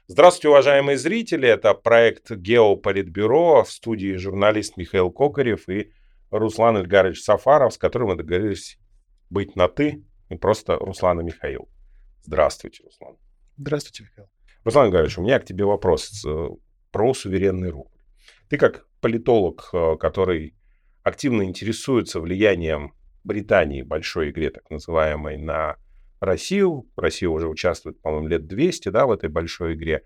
Здравствуйте, уважаемые зрители. Это проект Геополитбюро. В студии журналист Михаил Кокарев и Руслан Эльгарович Сафаров, с которым мы договорились быть на «ты» и просто Руслан и Михаил. Здравствуйте, Руслан. Здравствуйте, Михаил. Руслан Эльгарович, у меня к тебе вопрос про суверенный рубль. Ты как политолог, который активно интересуется влиянием Британии, большой игре так называемой, на Россию. Россия уже участвует, по-моему, лет 200, да, в этой большой игре.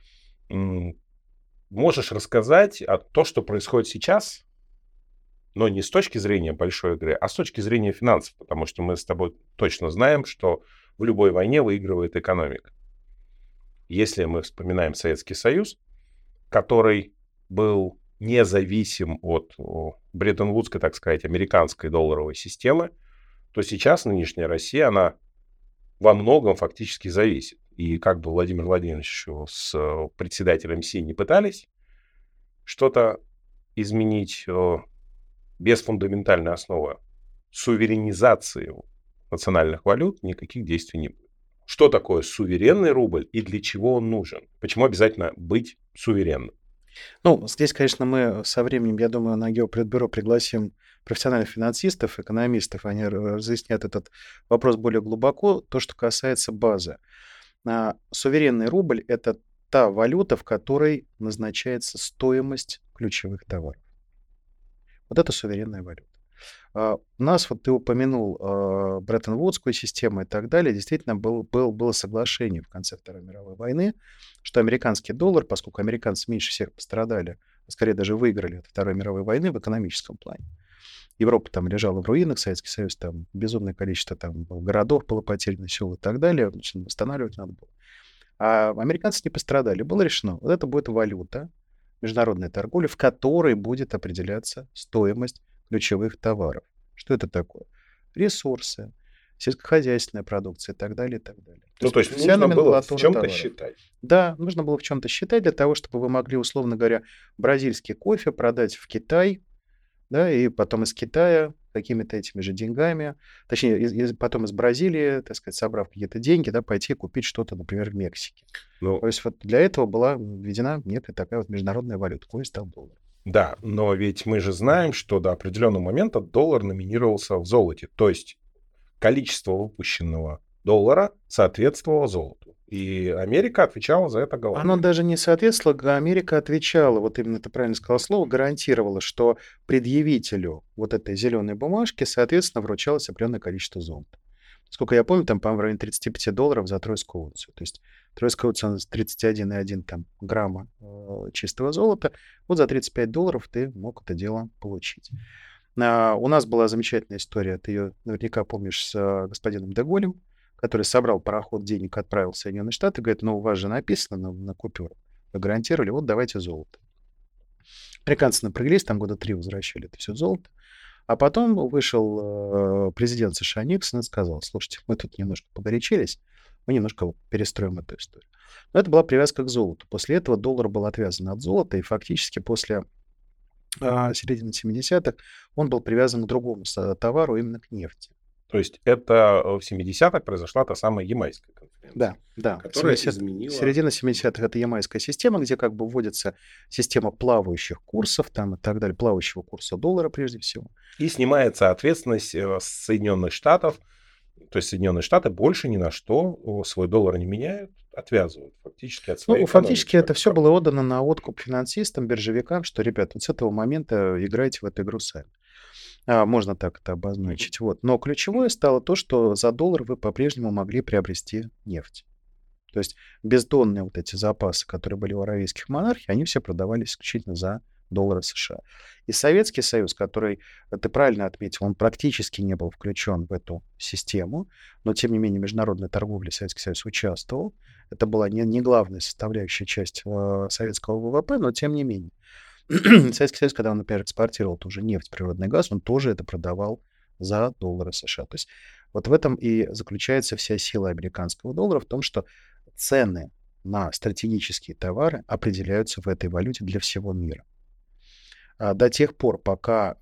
М, Можешь рассказать то, что происходит сейчас, но не с точки зрения большой игры, а с точки зрения финансов, потому что мы с тобой точно знаем, что в любой войне выигрывает экономика. Если мы вспоминаем Советский Союз, который был независим от Бреттон-Вудской, так сказать, американской долларовой системы, то сейчас нынешняя Россия, она во многом фактически зависит. И как бы Владимир Владимирович с председателем Си не пытались что-то изменить без фундаментальной основы суверенизации национальных валют, никаких действий не будет. Что такое суверенный рубль и для чего он нужен? Почему обязательно быть суверенным? Ну, здесь, конечно, мы со временем, я думаю, на Геополитбюро пригласим профессиональных финансистов, экономистов. Они разъяснят этот вопрос более глубоко. То, что касается базы. Суверенный рубль– это та валюта, в которой назначается стоимость ключевых товаров. Вот это суверенная валюта. У нас, вот ты упомянул Бреттон-Вудскую систему и так далее, действительно было соглашение в конце Второй мировой войны, что американский доллар, поскольку американцы меньше всех пострадали, а скорее даже выиграли от Второй мировой войны в экономическом плане. Европа там лежала в руинах, Советский Союз, там безумное количество там городов было потеряно, сел и так далее, значит, восстанавливать надо было. А американцы не пострадали. Было решено, вот это будет валюта, международная торговля, в которой будет определяться стоимость ключевых товаров. Что это такое? Ресурсы, сельскохозяйственная продукция и так далее, и так далее. То Ну, есть то есть вся нужно было в номенклатура чем-то товаров. считать. Да, нужно было в чем-то считать для того, чтобы вы могли, условно говоря, бразильский кофе продать в Китай, да, и потом из Китая какими-то этими же деньгами, точнее, потом из Бразилии, так сказать, собрав какие-то деньги, да, пойти купить что-то, например, в Мексике. Ну, То есть вот для этого была введена некая такая вот международная валюта, какой стал доллар. да, но ведь мы же знаем, что до определенного момента доллар номинировался в золоте. То есть количество выпущенного доллара соответствовало золоту. И Америка отвечала за это Оно головой. даже не соответствовало, Америка отвечала, вот именно ты правильно сказал слово, гарантировала, что предъявителю вот этой зеленой бумажки, соответственно, вручалось определенное количество золота. Сколько я помню, там, по-моему, в районе $35 за тройскую унцию. То есть тройская унция у нас 31,1 там, грамма чистого золота. Вот за $35 ты мог это дело получить. У нас была замечательная история, ты ее наверняка помнишь, с господином Деголем, который собрал пароход денег, отправил в Соединенные Штаты, говорит, ну, у вас же написано на купюрах, вы гарантировали, вот давайте золото. Американцы напряглись, там года 3 возвращали это все золото. А потом вышел президент США Никсон и сказал, слушайте, мы тут немножко погорячились, мы немножко перестроим эту историю. Но это была привязка к золоту. После этого доллар был отвязан от золота, и фактически после середины 70-х он был привязан к другому товару, именно к нефти. То есть это в 70-х произошла та самая Ямайская конференция, Да, да. которая изменила... Середина 70-х это ямайская система, где как бы вводится система плавающих курсов там и так далее, плавающего курса доллара прежде всего. И снимается ответственность с Соединенных Штатов. То есть Соединенные Штаты больше ни на что свой доллар не меняют, отвязывают фактически от своей Ну, фактически экономики. это все было отдано на откуп финансистам, биржевикам, что, ребят, вот с этого момента играйте в эту игру сами. Можно так это обозначить. Вот. Но ключевое стало то, что за доллар вы по-прежнему могли приобрести нефть. То есть бездонные вот эти запасы, которые были у аравийских монархий, они все продавались исключительно за доллары США. И Советский Союз, который, ты правильно отметил, он практически не был включен в эту систему, но тем не менее международная торговля Советский Союз участвовал. Это была не главная составляющая часть советского ВВП, но тем не менее. Советский Союз, когда он, например, экспортировал ту же нефть, природный газ, он тоже это продавал за доллары США. То есть вот в этом и заключается вся сила американского доллара, в том, что цены на стратегические товары определяются в этой валюте для всего мира. До тех пор, пока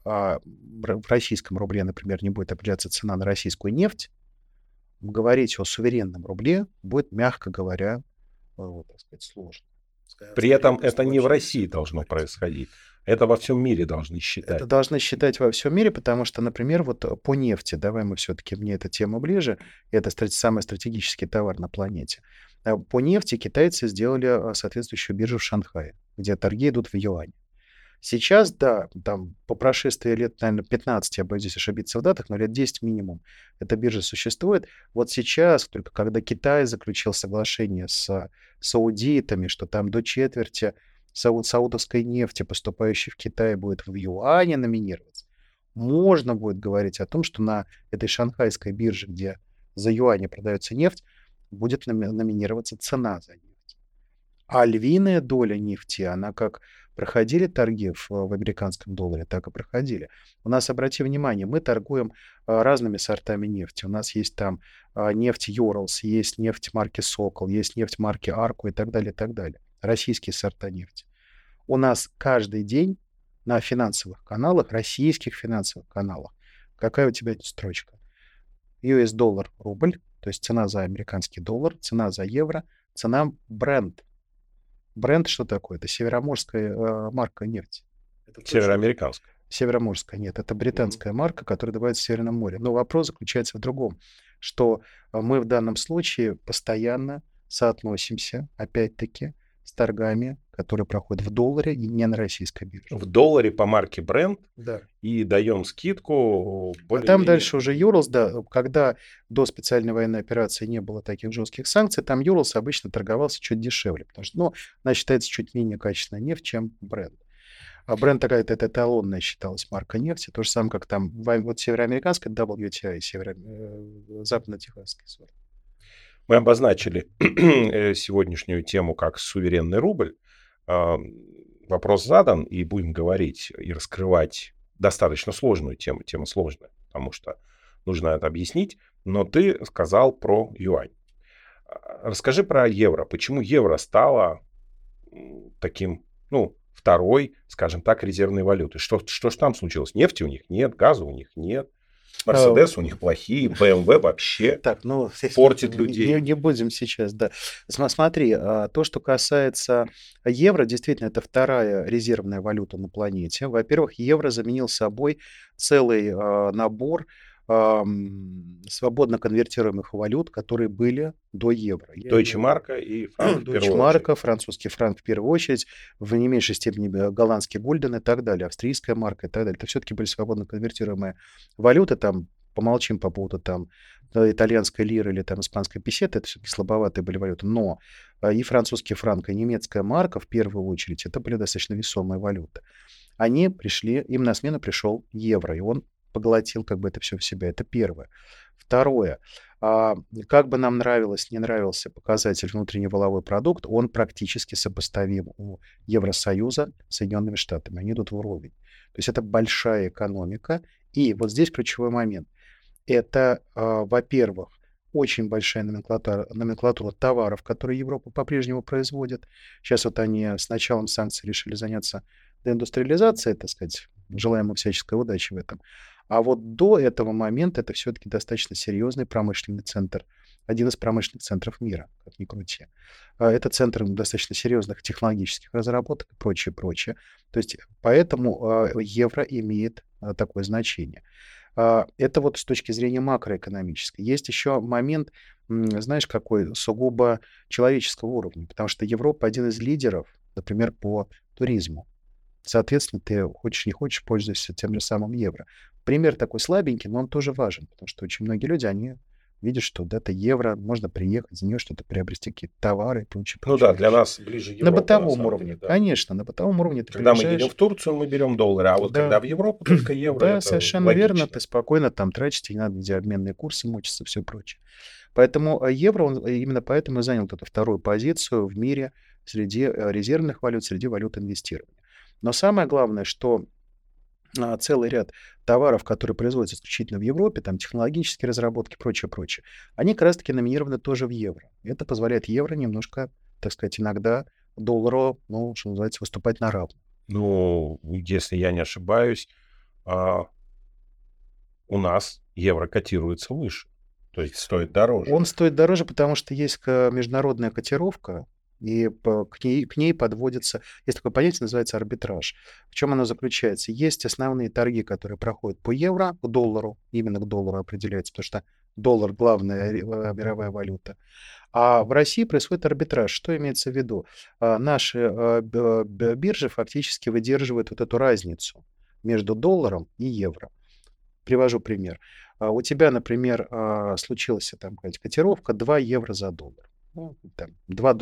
в российском рубле, например, не будет определяться цена на российскую нефть, говорить о суверенном рубле будет, мягко говоря, вот, так сказать, сложно. При этом Стабильность это не в вообще не России всегда должно говорится. происходить. Это во всем мире должны Это считать. должны считать во всем мире, потому что, например, вот по нефти, давай мы все-таки, мне эта тема ближе, это самый стратегический товар на планете. По нефти китайцы сделали соответствующую биржу в Шанхае, где торги идут в юань. Сейчас, да, там по прошествии лет, наверное, 15, я боюсь здесь ошибиться в датах, но лет 10 минимум, эта биржа существует. Вот сейчас, только когда Китай заключил соглашение с саудитами, что там до четверти саудовской нефти, поступающей в Китай, будет в юане номинироваться, можно будет говорить о том, что на этой шанхайской бирже, где за юани продается нефть, будет номинироваться цена за нефть. А львиная доля нефти, она как проходили торги в американском долларе, так и проходили. У нас, обрати внимание, мы торгуем разными сортами нефти. У нас есть там нефть Urals, есть нефть марки Сокол, есть нефть марки Арку и так далее, и так далее. Российские сорта нефти. У нас каждый день на финансовых каналах, российских финансовых каналах, какая у тебя строчка? US доллар, рубль, то есть цена за американский доллар, цена за евро, цена бренд. Бренд что такое? Это североморская марка нефти. Это точно. Североамериканская. Североморская, нет, это Мгм. британская марка, которая добывается в Северном море. Но вопрос заключается в другом, что мы в данном случае постоянно соотносимся, опять-таки, с торгами, которые проходят в долларе и не на российской бирже. В долларе по марке бренд Да. и даем скидку А там более-менее. дальше уже Urals, да, когда до специальной военной операции не было таких жестких санкций, там Urals обычно торговался чуть дешевле, потому что, ну, она считается чуть менее качественной нефть, чем бренд. А бренд такая, это эталонная считалась марка нефти, то же самое, как там вот североамериканская WTI, западно-техасский сорт. Мы обозначили сегодняшнюю тему как суверенный рубль. А, Вопрос задан, и будем говорить и раскрывать достаточно сложную тему. Тема сложная, потому что нужно это объяснить. Но ты сказал про юань. Расскажи про евро. Почему евро стало таким, ну, второй, скажем так, резервной валютой? Что ж там случилось? Нефти у них нет, газа у них нет. Мерседес у них плохие, БМВ вообще Так, ну, портит людей. не будем сейчас, да. Смотри, то, что касается евро, действительно, это вторая резервная валюта на планете. Во-первых, евро заменил собой целый набор свободно конвертируемых валют, которые были до евро. Я Deutsche имею Mark и франк в первую очередь. Дойчмарка, французский франк в первую очередь, в не меньшей степени голландский гульден и так далее, австрийская марка и так далее. Это все-таки были свободно конвертируемые валюты, там помолчим по поводу там итальянской лиры или там испанской песеты, это все-таки слабоватые были валюты, но и французский франк, и немецкая марка в первую очередь, это были достаточно весомые валюты. Они пришли, им на смену пришел евро, и он поглотил как бы это все в себя. Это первое. Второе. Как бы нам нравилось, не нравился показатель внутренний валовой продукт, он практически сопоставим у Евросоюза с Соединенными Штатами. Они идут вровень. То есть это большая экономика. И вот здесь ключевой момент. Это, во-первых, очень большая номенклатура товаров, которые Европа по-прежнему производит. Сейчас вот они с началом санкций решили заняться деиндустриализацией, так сказать. Желаем им всяческой удачи в этом. А вот до этого момента это все-таки достаточно серьезный промышленный центр, один из промышленных центров мира, как ни крути. Это центр достаточно серьезных технологических разработок и прочее, прочее. То есть поэтому евро имеет такое значение. Это вот с точки зрения макроэкономической. Есть еще момент, знаешь, какой сугубо человеческого уровня, потому что Европа один из лидеров, например, по туризму. Соответственно, ты хочешь не хочешь, пользуешься тем же самым евро. Пример такой слабенький, но он тоже важен, потому что очень многие люди, они видят, что вот это евро, можно приехать, за нее что-то приобрести, какие-то товары и прочее, Ну прочее. да, для нас ближе На Европа, на бытовом самом уровне, деле, да. конечно, на бытовом уровне ты Когда мы едем приезжаешь. в Турцию, мы берем доллары, а вот Да, когда в Европу только евро, да, это совершенно верно, логично. ты спокойно там тратишь, не надо где обменные курсы мучиться, все прочее. Поэтому евро, он именно поэтому и занял вот эту вторую позицию в мире среди резервных валют, среди валют инвестирования. Но самое главное, что целый ряд товаров, которые производятся исключительно в Европе, там технологические разработки, прочее, прочее, они как раз-таки номинированы тоже в евро. Это позволяет евро немножко, так сказать, иногда доллару, ну, что называется, выступать на равных. Ну, если я не ошибаюсь, у нас евро котируется выше, то есть стоит дороже. Он стоит дороже, потому что есть международная котировка, И к ней подводится, есть такое понятие, называется арбитраж. В чем оно заключается? Есть основные торги, которые проходят по евро, к доллару, именно к доллару определяется, потому что доллар — главная мировая валюта. А в России происходит арбитраж. Что имеется в виду? Наши биржи фактически выдерживают вот эту разницу между долларом и евро. Привожу пример. У тебя, например, случилась там какая-то котировка 2 евро за доллар. Ну, там,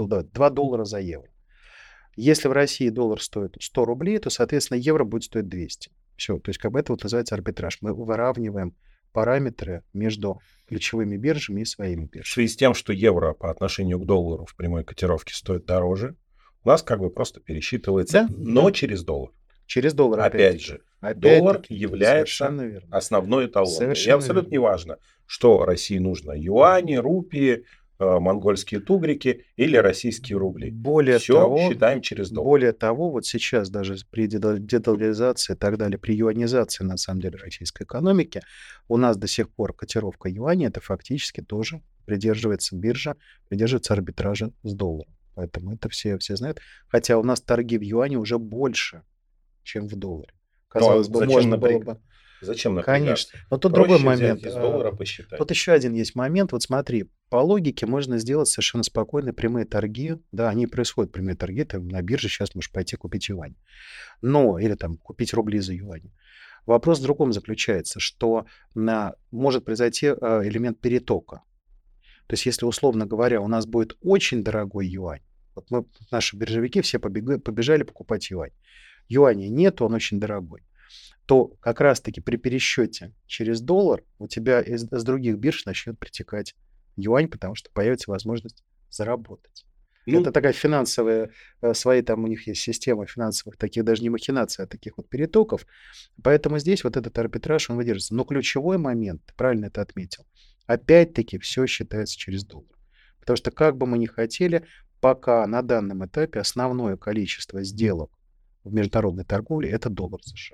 2 доллара за евро. Если в России доллар стоит 100 рублей, то, соответственно, евро будет стоить 200. Все, то есть как бы это вот называется арбитраж. Мы выравниваем параметры между ключевыми биржами и своими В биржами. связи с тем, что евро по отношению к доллару в прямой котировке стоит дороже, у нас как бы просто пересчитывается, Да, но да. через доллар. Через доллар Опять же, доллар Опять-таки, является совершенно верно. основной эталоной. И Совершенно абсолютно верно. неважно, что России нужно: юани, рупии, монгольские тугрики или российские рубли. Более Все того, считаем через доллар. вот сейчас даже при дедоларизации и так далее, при юанизации, на самом деле, российской экономики, у нас до сих пор котировка юаня — это фактически тоже придерживается биржа, придерживается арбитража с долларом. Поэтому это все знают. Хотя у нас торги в юане уже больше, чем в долларе. Ну, а Казалось бы, можно было бы... Зачем Конечно. напрягаться? Но тут другой Проще взять момент. из доллара, посчитать. Тут еще один есть момент. Вот смотри, по логике можно сделать совершенно спокойно прямые торги. Да, они происходят, прямые торги. Ты на бирже сейчас можешь пойти купить юань. Или там купить рубли за юань. Вопрос в другом заключается, что может произойти элемент перетока. То есть если, условно говоря, у нас будет очень дорогой юань, вот наши биржевики все побежали покупать юань. Юаня нет, он очень дорогой. То как раз-таки при пересчете через доллар у тебя с других бирж начнет притекать юань, потому что появится возможность заработать. Ну, Это такая финансовая, свои там у них есть система финансовых, таких даже не махинаций, а таких вот перетоков. Поэтому здесь вот этот арбитраж, он выдержится. Но ключевой момент, ты правильно это отметил, опять-таки все считается через доллар. Потому что как бы мы ни хотели, пока на данном этапе основное количество сделок в международной торговле — это доллар США.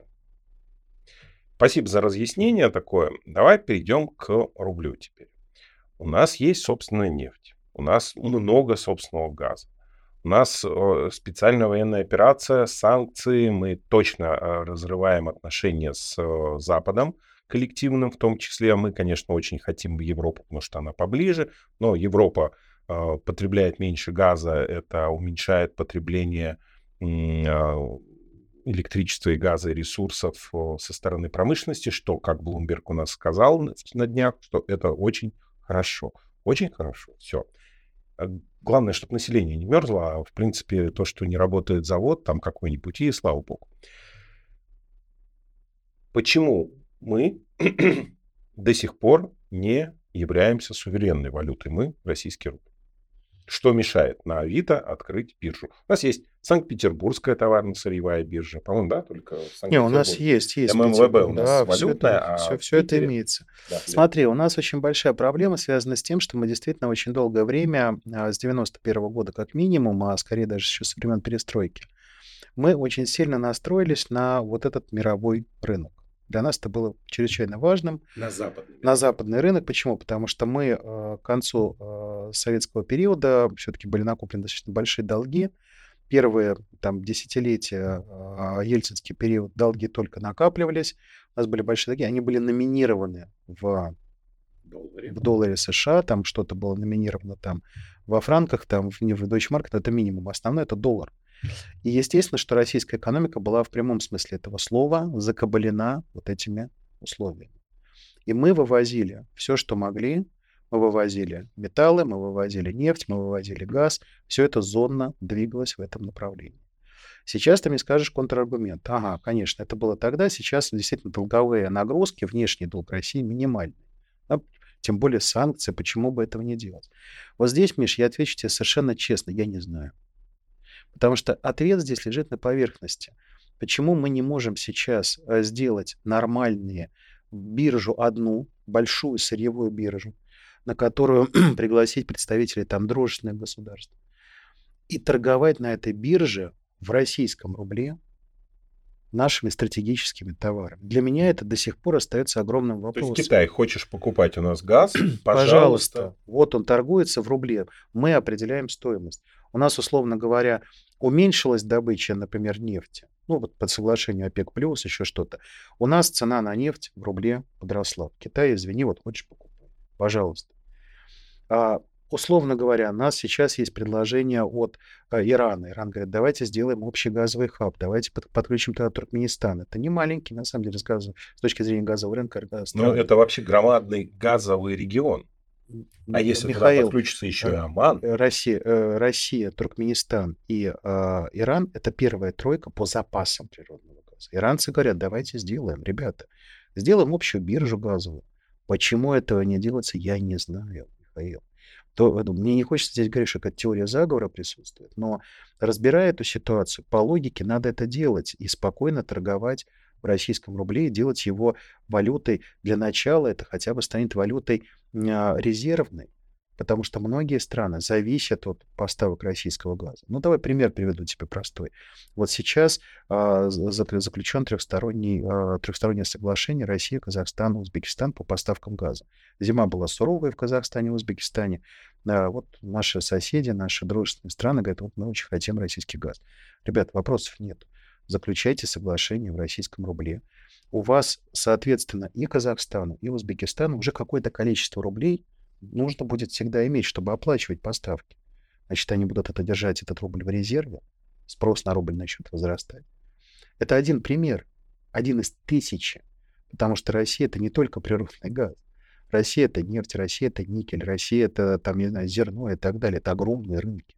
спасибо за разъяснение такое. Давай перейдем к рублю теперь. У нас есть собственная нефть. У нас много собственного газа. У нас специальная военная операция, санкции. Мы точно разрываем отношения с Западом коллективным, в том числе. Мы, конечно, очень хотим в Европу, потому что она поближе. Но Европа потребляет меньше газа. Это уменьшает потребление электричества и газа, и ресурсов со стороны промышленности, что, как Bloomberg у нас сказал на днях, что это очень хорошо. Очень хорошо. Все. Главное, чтобы население не мерзло, а в принципе то, что не работает завод, там какой-нибудь, и слава богу. Почему мы до сих пор не являемся суверенной валютой? Мы российский рубль. Что мешает на Авито открыть биржу? У нас есть Санкт-Петербургская товарно-сырьевая биржа, по-моему, да, только в Не, у нас Санкт-Петербурге. есть ММВБ у нас да, валютная, а в все это Питере... имеется. Да, Смотри, у нас очень большая проблема связана с тем, что мы действительно очень долгое время, с 91 года как минимум, а скорее даже еще со времен перестройки, мы очень сильно настроились на вот этот мировой рынок. Для нас это было чрезвычайно важным. На западный рынок. Почему? Потому что мы к концу советского периода все-таки были накоплены достаточно большие долги. Первые там десятилетия, ельцинский период, долги только накапливались. У нас были большие долги, они были номинированы в долларе США, там что-то было номинировано там во франках, там в Deutsche Mark, это минимум. Основной — это доллар. И естественно, что российская экономика была в прямом смысле этого слова закабалена вот этими условиями. И мы вывозили все, что могли. Мы вывозили металлы, мы вывозили нефть, мы вывозили газ. Все это зонно двигалось в этом направлении. Сейчас ты мне скажешь контраргумент. Ага, конечно, это было тогда. Сейчас действительно долговые нагрузки, внешний долг России минимальный. Да? Тем более санкции. Почему бы этого не делать? Вот здесь, Миш, я отвечу тебе совершенно честно. Я не знаю. Потому что ответ здесь лежит на поверхности. Почему мы не можем сейчас сделать нормальную биржу одну, большую сырьевую биржу, на которую пригласить представителей там дружественных государств, и торговать на этой бирже в российском рубле нашими стратегическими товарами? Для меня это до сих пор остается огромным То вопросом. есть Китай, хочешь покупать у нас газ? Пожалуйста. Вот он торгуется в рубле. Мы определяем стоимость. У нас, условно говоря, уменьшилась добыча, например, нефти. Ну, вот под соглашение ОПЕК+, еще что-то. У нас цена на нефть в рубле подросла. В Китае, извини, вот хочешь покупай. Пожалуйста. А, условно говоря, у нас сейчас есть предложение от Ирана. Иран говорит, давайте сделаем общий газовый хаб, давайте подключим туда Туркменистан. Это не маленький, на самом деле, с точки зрения газового рынка Но страна. это вообще громадный газовый регион. А если туда Михаил, подключится еще и Оман, Россия, Туркменистан и Иран — это первая тройка по запасам природного газа. Иранцы говорят, давайте сделаем, ребята, сделаем общую биржу газовую. Почему этого не делается, я не знаю, Михаил. Мне не хочется здесь говорить, что какая-то теория заговора присутствует, но разбирая эту ситуацию, по логике надо это делать и спокойно торговать в российском рубле и делать его валютой. Для начала это хотя бы станет валютой резервной, потому что многие страны зависят от поставок российского газа. Ну, давай пример приведу тебе простой. Вот сейчас заключен трехстороннее соглашение Россия, Казахстан, Узбекистан по поставкам газа. Зима была суровая в Казахстане, в Узбекистане. Вот наши соседи, наши дружественные страны говорят, вот мы очень хотим российский газ. Ребят, вопросов нет. Заключайте соглашение в российском рубле. У вас, соответственно, и Казахстану, и Узбекистану уже какое-то количество рублей нужно будет всегда иметь, чтобы оплачивать поставки. Значит, они будут держать этот рубль в резерве, спрос на рубль начнет возрастать. Это один пример, один из тысячи, потому что Россия — это не только природный газ. Россия — это нефть, Россия — это никель, Россия — это, там, не знаю, зерно и так далее. Это огромные рынки.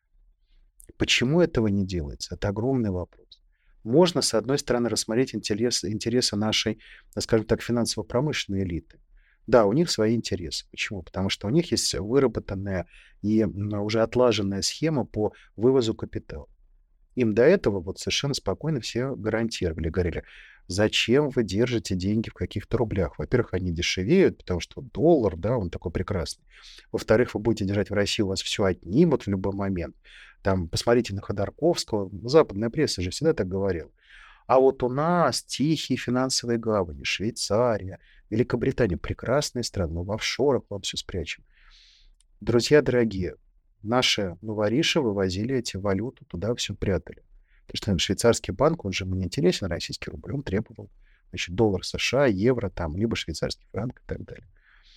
Почему этого не делается? Это огромный вопрос. Можно, с одной стороны, рассмотреть интересы нашей, скажем так, финансово-промышленной элиты. Да, у них свои интересы. Почему? Потому что у них есть выработанная и уже отлаженная схема по вывозу капитала. Им до этого вот совершенно спокойно все гарантировали, говорили, зачем вы держите деньги в каких-то рублях? Во-первых, они дешевеют, потому что доллар, да, он такой прекрасный. Во-вторых, вы будете держать в России, у вас все отнимут в любой момент. Там, посмотрите на Ходорковского, западная пресса же всегда так говорила. А вот у нас тихие финансовые гавани, Швейцария, Великобритания, прекрасные страны, мы в офшорах вам все спрячем. Друзья дорогие, наши новориши вывозили эти валюты, туда все прятали. Потому что швейцарский банк, он же мне интересен, российский рубль, он требовал, значит, доллар США, евро там, либо швейцарский франк и так далее.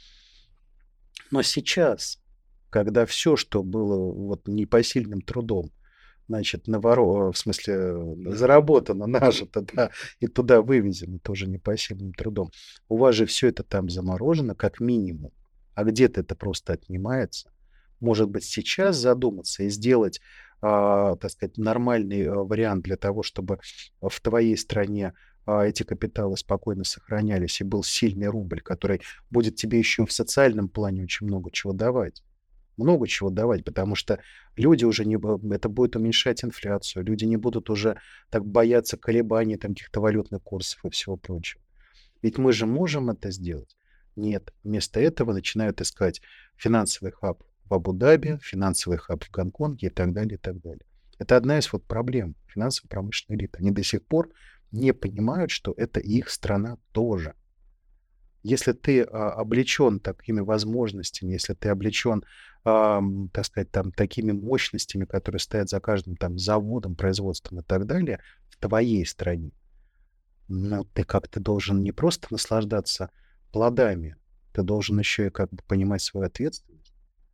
Но сейчас, когда все, что было вот непосильным трудом, значит, в смысле, заработано, нажито, да, и туда вывезено тоже непосильным трудом, у вас же все это там заморожено как минимум, а где-то это просто отнимается. Может быть, сейчас задуматься и сделать, так сказать, нормальный вариант для того, чтобы в твоей стране эти капиталы спокойно сохранялись и был сильный рубль, который будет тебе еще в социальном плане очень много чего давать. Много чего давать, потому что люди уже не... Это будет уменьшать инфляцию, люди не будут уже так бояться колебаний там каких-то валютных курсов и всего прочего. Ведь мы же можем это сделать. Нет, вместо этого начинают искать финансовый хаб в Абу-Даби, финансовый хаб в Гонконге и так далее, и так далее. Это одна из вот проблем финансово-промышленной элиты. Они до сих пор не понимают, что это их страна тоже. Если ты облечен такими возможностями, если ты облечен, так сказать, там, такими мощностями, которые стоят за каждым там заводом, производством и так далее, в твоей стране, ну, ты как-то должен не просто наслаждаться плодами, ты должен еще и как бы понимать свою ответственность.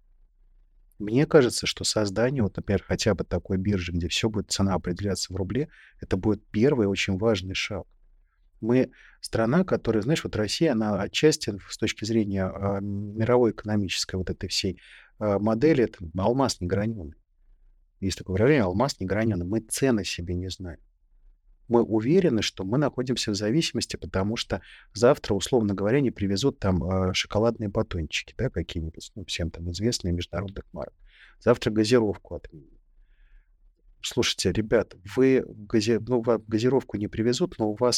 Мне кажется, что создание, вот, например, хотя бы такой биржи, где все будет цена определяться в рубле, это будет первый очень важный шаг. Мы страна, которая, знаешь, вот Россия, она отчасти с точки зрения мировой экономической вот этой всей модели, это алмаз неграненый. Есть такое выражение, алмаз неграненый. Мы цены себе не знаем. Мы уверены, что мы находимся в зависимости, потому что завтра, условно говоря, не привезут там шоколадные батончики, да, какие-нибудь, ну, всем там известные международных марок. Завтра газировку отменят. Слушайте, ребята, вам газировку не привезут, но у вас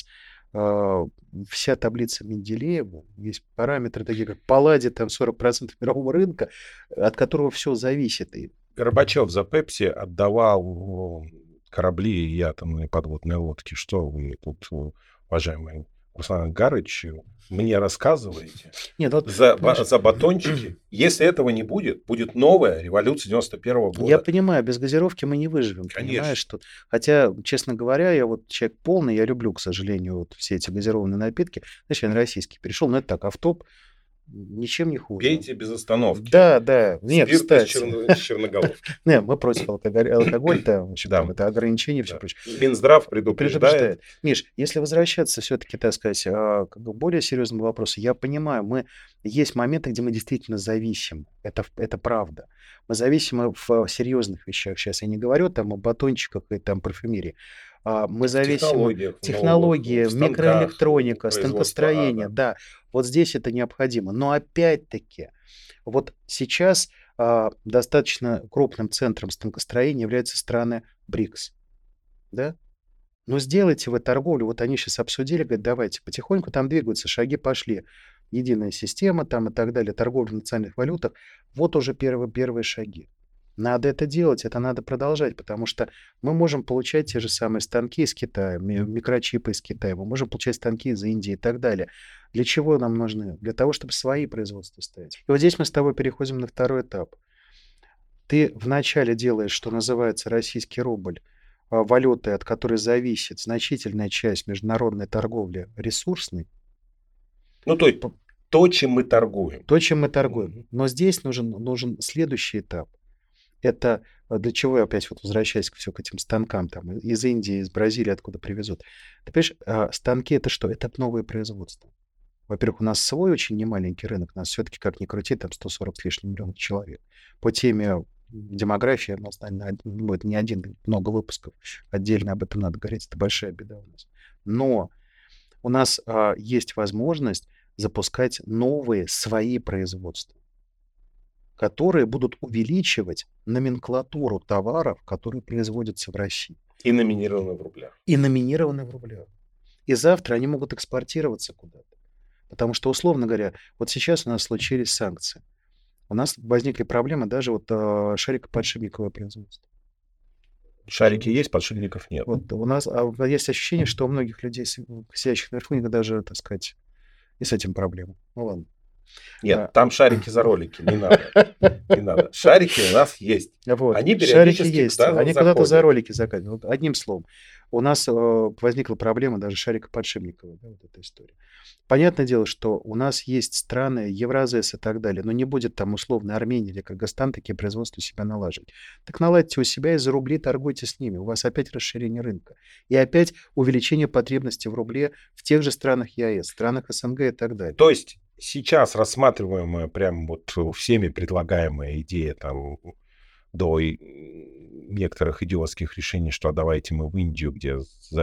вся таблица Менделеева, есть параметры такие, как палладий, там 40% мирового рынка, от которого все зависит. И Горбачев за Пепси отдавал корабли и атомные подводные лодки. Что вы тут, уважаемые Руслан Гарыч, мне рассказываете Нет, вот, за понимаешь, батончики. Если этого не будет, будет новая революция 91-го я года. понимаю, без газировки мы не выживем, понимаешь, Конечно. что... Хотя, честно говоря, я вот человек полный, я люблю, к сожалению, вот все эти газированные напитки. Знаешь, я на российский перешел, но это так, автоп, ничем не хуже. Пейте без остановки. Да, да. Нет, Спирт из кстати. черноголовки. Не, мы против алкоголь-то, в общем, Да. там, это ограничения и все Да. прочее. Минздрав И предупреждает. Миш, если возвращаться все-таки, так сказать, к более серьезному вопросу, я понимаю, есть моменты, где мы действительно зависим. Это правда. Мы зависимы в серьезных вещах. Сейчас я не говорю там о батончиках и там парфюмерии. Мы В зависимы технологиях в технологии, новых, в станках микроэлектроника, производства. станкостроение. Да, вот здесь это необходимо. Но опять-таки, вот сейчас достаточно крупным центром станкостроения являются страны БРИКС. Да? Ну, сделайте вы торговлю. Вот они сейчас обсудили, говорят, давайте потихоньку там двигаются, шаги пошли. Единая система там и так далее, торговля в национальных валютах. Вот уже первые шаги. Надо это делать, это надо продолжать, потому что мы можем получать те же самые станки из Китая, микрочипы из Китая, мы можем получать станки из Индии и так далее. Для чего нам нужны? Для того, чтобы свои производства ставить. И вот здесь мы с тобой переходим на второй этап. Ты вначале делаешь, что называется, российский рубль, валютой, от которой зависит значительная часть международной торговли ресурсной, Ну, то, чем мы торгуем. то, чем мы торгуем. Но здесь нужен следующий этап. Это для чего я опять вот возвращаюсь к этим станкам там из Индии, из Бразилии, откуда привезут. Ты понимаешь, станки это что? Это новое производство. Во-первых, у нас свой очень немаленький рынок. У нас все-таки, как ни крути, там 140 с лишним миллионов человек. По теме демографии у нас, наверное, будет не один, много выпусков. Отдельно об этом надо говорить. Это большая беда у нас. Но у нас есть возможность запускать новые свои производства, которые будут увеличивать номенклатуру товаров, которые производятся в России. И номинированы в рублях. И номинированы в рублях. И завтра они могут экспортироваться куда-то. Потому что, условно говоря, вот сейчас у нас случились санкции. У нас возникли проблемы даже вот шарикоподшипниковое производство. Шарики есть, подшипников нет. Вот у нас есть ощущение, что у многих людей, сидящих наверху, у них даже, так сказать, и с этим проблемы. Ну ладно. Нет, там шарики за ролики, не надо. Не надо. Шарики у нас есть. Вот. Они Шарики периодически есть. куда-то Они куда-то за заходят. ролики заказывают. Вот одним словом, у нас возникла проблема даже шарикоподшипниковая, да, вот эта история. Понятное дело, что у нас есть страны, Евразес и так далее, но не будет там условно Армения или Кыргызстан такие производства у себя налаживать. Так наладьте у себя и за рубли торгуйте с ними. У вас опять расширение рынка. И опять увеличение потребности в рубле в тех же странах ЕАЭС, странах СНГ и так далее. То есть сейчас рассматриваемая прям вот всеми предлагаемая идея там до некоторых идиотских решений, что давайте мы в Индию, где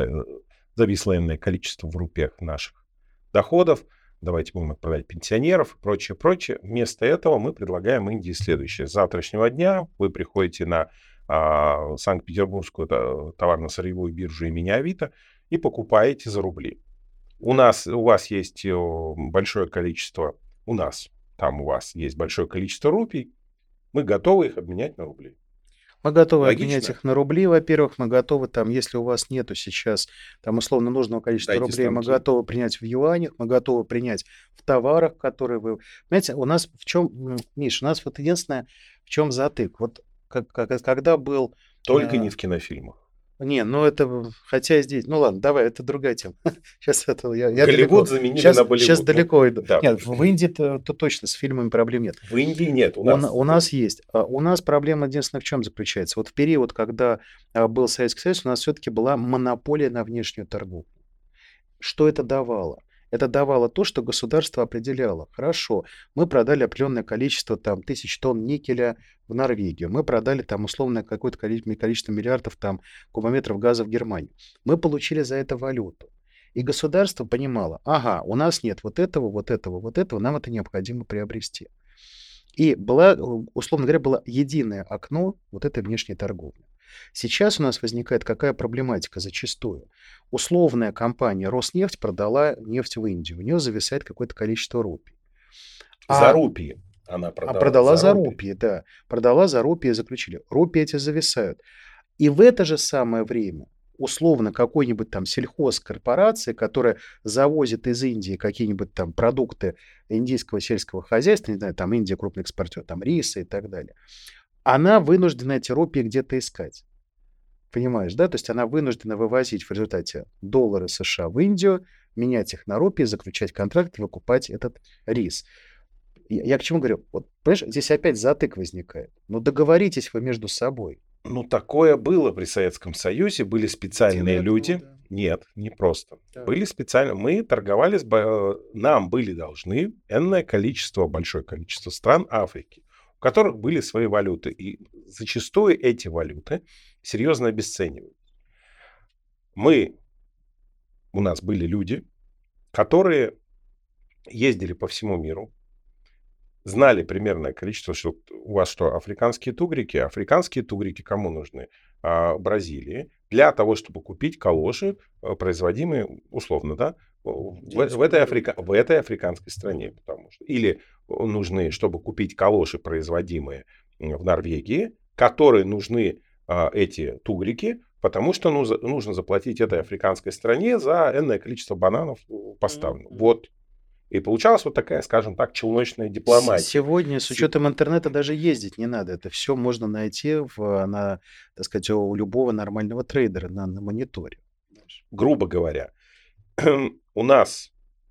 зависло энное количество в рупиях наших доходов, давайте будем отправлять пенсионеров и прочее, прочее. Вместо этого мы предлагаем Индии следующее. С завтрашнего дня вы приходите на Санкт-Петербургскую товарно-сырьевую биржу имени Авито и покупаете за рубли. У вас есть большое количество, у вас есть большое количество рупий, мы готовы их обменять на рубли. Мы готовы Логично? обменять их на рубли, во-первых, мы готовы там, если у вас нету сейчас там условно нужного количества Дайте рублей, мы станки. готовы принять в юанях, мы готовы принять в товарах, которые вы... Понимаете, у нас в чем, Миш, у нас вот единственное, в чем затык. Вот когда был... Только не в кинофильмах. Не, ну это, хотя здесь, ну ладно, давай, это другая тема. Сейчас это я Голливуд далеко. заменили Сейчас, на Болливуд. сейчас далеко иду. Да. Нет, в Индии-то точно с фильмами проблем нет. В Индии нет, У нас есть. У нас проблема единственная в чем заключается. Вот в период, когда был Советский Союз, у нас все-таки была монополия на внешнюю торговлю. Что это давало? Это давало то, что государство определяло. Хорошо, мы продали определенное количество, там, 1000 тонн никеля в Норвегию. Мы продали там условное какое-то количество миллиардов там, кубометров газа в Германию. Мы получили за это валюту. И государство понимало, ага, у нас нет вот этого, нам это необходимо приобрести. И условно говоря, было единое окно вот этой внешней торговли. Сейчас у нас возникает какая проблематика зачастую. Условная компания Роснефть продала нефть в Индию. У нее зависает какое-то количество рупий. За рупии она продала за рупии, да. Продала за рупии и заключили. Рупии эти зависают. И в это же самое время условно какой-нибудь там сельхозкорпорации, которая завозит из Индии какие-нибудь там продукты индийского сельского хозяйства, не знаю, там Индия крупный экспортер, там риса и так далее, она вынуждена эти рупии где-то искать. Понимаешь, да? То есть она вынуждена вывозить в результате доллары США в Индию, менять их на рупии, заключать контракт, выкупать этот рис. Я к чему говорю? Вот, понимаешь, здесь опять затык возникает. Ну, договоритесь вы между собой. Ну, такое было при Советском Союзе, были специальные Дело люди. оттуда. Нет, не просто. Так. Были специально, мы торговали, нам были должны энное количество, большое количество стран Африки, у которых были свои валюты. И зачастую эти валюты серьезно обесценивают. У нас были люди, которые ездили по всему миру, знали примерное количество, что у вас что, африканские тугрики? Африканские тугрики кому нужны? Бразилии. Для того, чтобы купить калоши, производимые, условно, да, в этой африканской стране. Потому что, или нужны, чтобы купить калоши, производимые в Норвегии, которые нужны эти тугрики, потому что нужно заплатить этой африканской стране за энное количество бананов поставленных. Вот. И получалась вот такая, скажем так, челночная дипломатия. Сегодня с учетом интернета даже ездить не надо. Это все можно найти так сказать, у любого нормального трейдера на мониторе. Грубо говоря, у нас,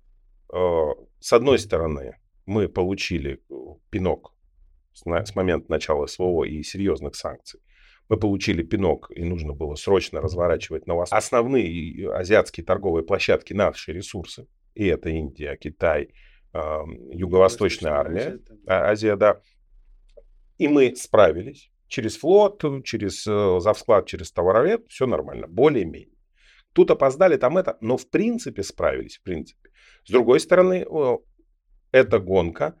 с одной стороны, мы получили пинок с момента начала СВО и серьезных санкций. Мы получили пинок, и нужно было срочно разворачивать основные азиатские торговые площадки, наши ресурсы. И это Индия, Китай, Юго-Восточная армия, Азия, да. И мы справились. Через флот, через завсклад, через товаровед, все нормально, более-менее. Тут опоздали, там это, но в принципе справились, в принципе. С другой стороны, эта гонка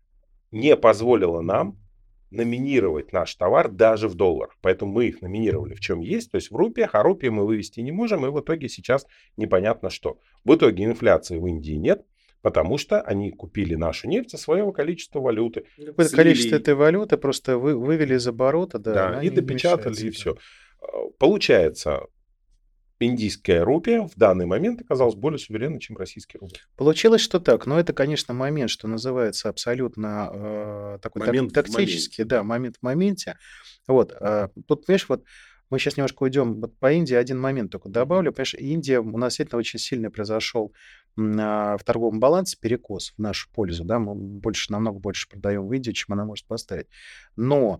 не позволила нам номинировать наш товар даже в долларах. Поэтому мы их номинировали в чем есть, то есть в рупиях, а рупии мы вывести не можем, и в итоге сейчас непонятно что. В итоге инфляции в Индии нет, потому что они купили нашу нефть со своего количества валюты. Какое-то количество этой валюты просто вывели из оборота, да, и допечатали, и все. Получается, индийская рупия в данный момент оказалась более суверенной, чем российский рубль. Получилось, что так. Но это, конечно, момент, что называется, абсолютно такой Момент в тактический, моменте. да, момент в моменте. Вот. Тут, понимаешь, вот мы сейчас немножко уйдем по Индии. Один момент только добавлю. Понимаешь, Индия, у нас действительно очень сильно произошел в торговом балансе перекос в нашу пользу. Да? Мы намного больше продаем в Индию, чем она может поставить. Но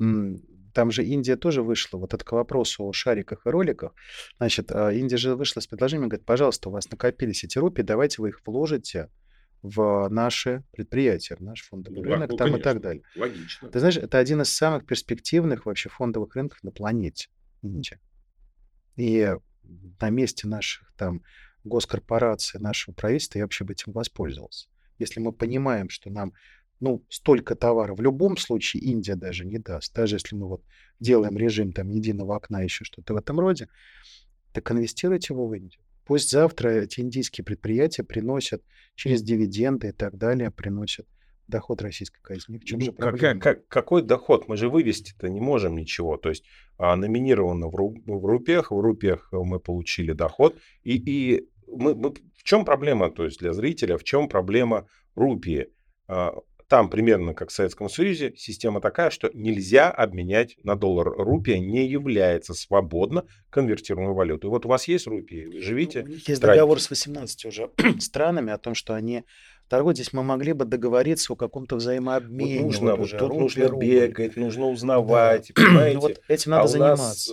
там же Индия тоже вышла, вот это к вопросу о шариках и роликах. Значит, Индия же вышла с предложением, говорит, пожалуйста, у вас накопились эти рупии, давайте вы их вложите в наши предприятия, в наш фондовый рынок там конечно, и так далее. Логично. Ты знаешь, это один из самых перспективных вообще фондовых рынков на планете, Индия. И на месте наших там госкорпораций, нашего правительства я вообще бы этим воспользовался. Если мы понимаем, что нам столько товара в любом случае Индия даже не даст. Даже если мы вот делаем режим там единого окна, еще что-то в этом роде, так инвестируйте его в Индию. Пусть завтра эти индийские предприятия приносят через дивиденды и так далее, приносят доход российской казни. В чем же проблема? Какой доход? Мы же вывести-то не можем ничего. То есть номинировано в рупиях мы получили доход. И в чем проблема, то есть для зрителя, в чем проблема рупии? Там примерно как в Советском Союзе система такая, что нельзя обменять на доллар. Рупия не является свободно конвертируемой валютой. Вот у вас есть рупии, живите. У них есть договор с 18 уже странами о том, что они торгуют. Здесь мы могли бы договориться о каком-то взаимообмене. Нужно бегать, нужно узнавать, понимаете? Вот этим надо заниматься.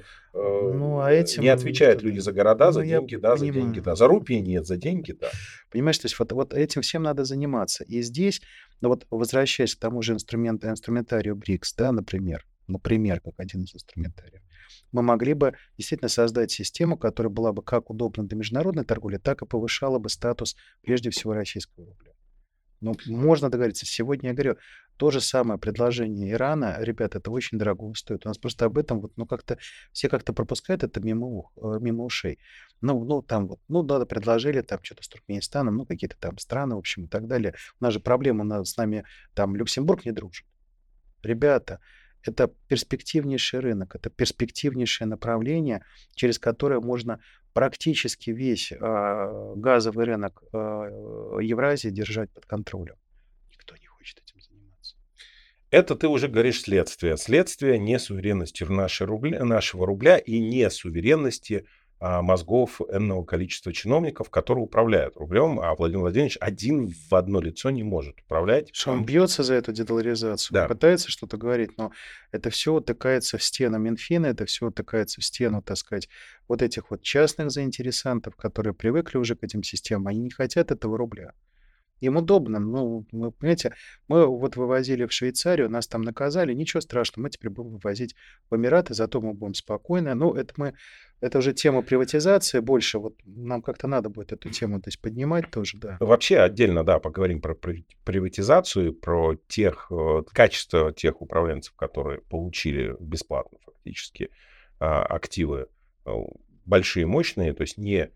Не отвечают люди за города, за деньги, да, за деньги, да. За рупии нет, за деньги, да. Понимаешь, то есть вот этим всем надо заниматься. И здесь, вот возвращаясь к тому же инструментарию БРИКС, да, например, как один из инструментариев, мы могли бы действительно создать систему, которая была бы как удобна для международной торговли, так и повышала бы статус, прежде всего, российского рубля. Можно договориться. Сегодня я говорю, то же самое предложение Ирана, ребята, это очень дорого стоит. У нас просто об этом как-то все как-то пропускают это мимо ушей. Надо предложили там что-то с Туркменистаном, какие-то там страны, в общем, и так далее. У нас же проблема, с нами там Люксембург не дружит. Ребята, Это перспективнейший рынок, это перспективнейшее направление, через которое можно практически весь газовый рынок Евразии держать под контролем. Никто не хочет этим заниматься. Это ты уже говоришь следствие. Следствие несуверенности нашего рубля и несуверенности мозгов энного количества чиновников, которые управляют рублем, а Владимир Владимирович один в одно лицо не может управлять. Что он бьется за эту дедоларизацию, Да. пытается что-то говорить, но это все утыкается в стену Минфина, это все утыкается в стену, так сказать, вот этих вот частных заинтересантов, которые привыкли уже к этим системам, они не хотят этого рубля. Им удобно. Ну, вы понимаете, мы вот вывозили в Швейцарию, нас там наказали, ничего страшного, мы теперь будем вывозить в Эмираты, зато мы будем спокойно. Ну, это уже тема приватизации больше, вот нам как-то надо будет эту тему, то есть поднимать тоже, да. Вообще отдельно, да, поговорим про приватизацию, про качество тех управленцев, которые получили бесплатно фактически активы большие, мощные, то есть не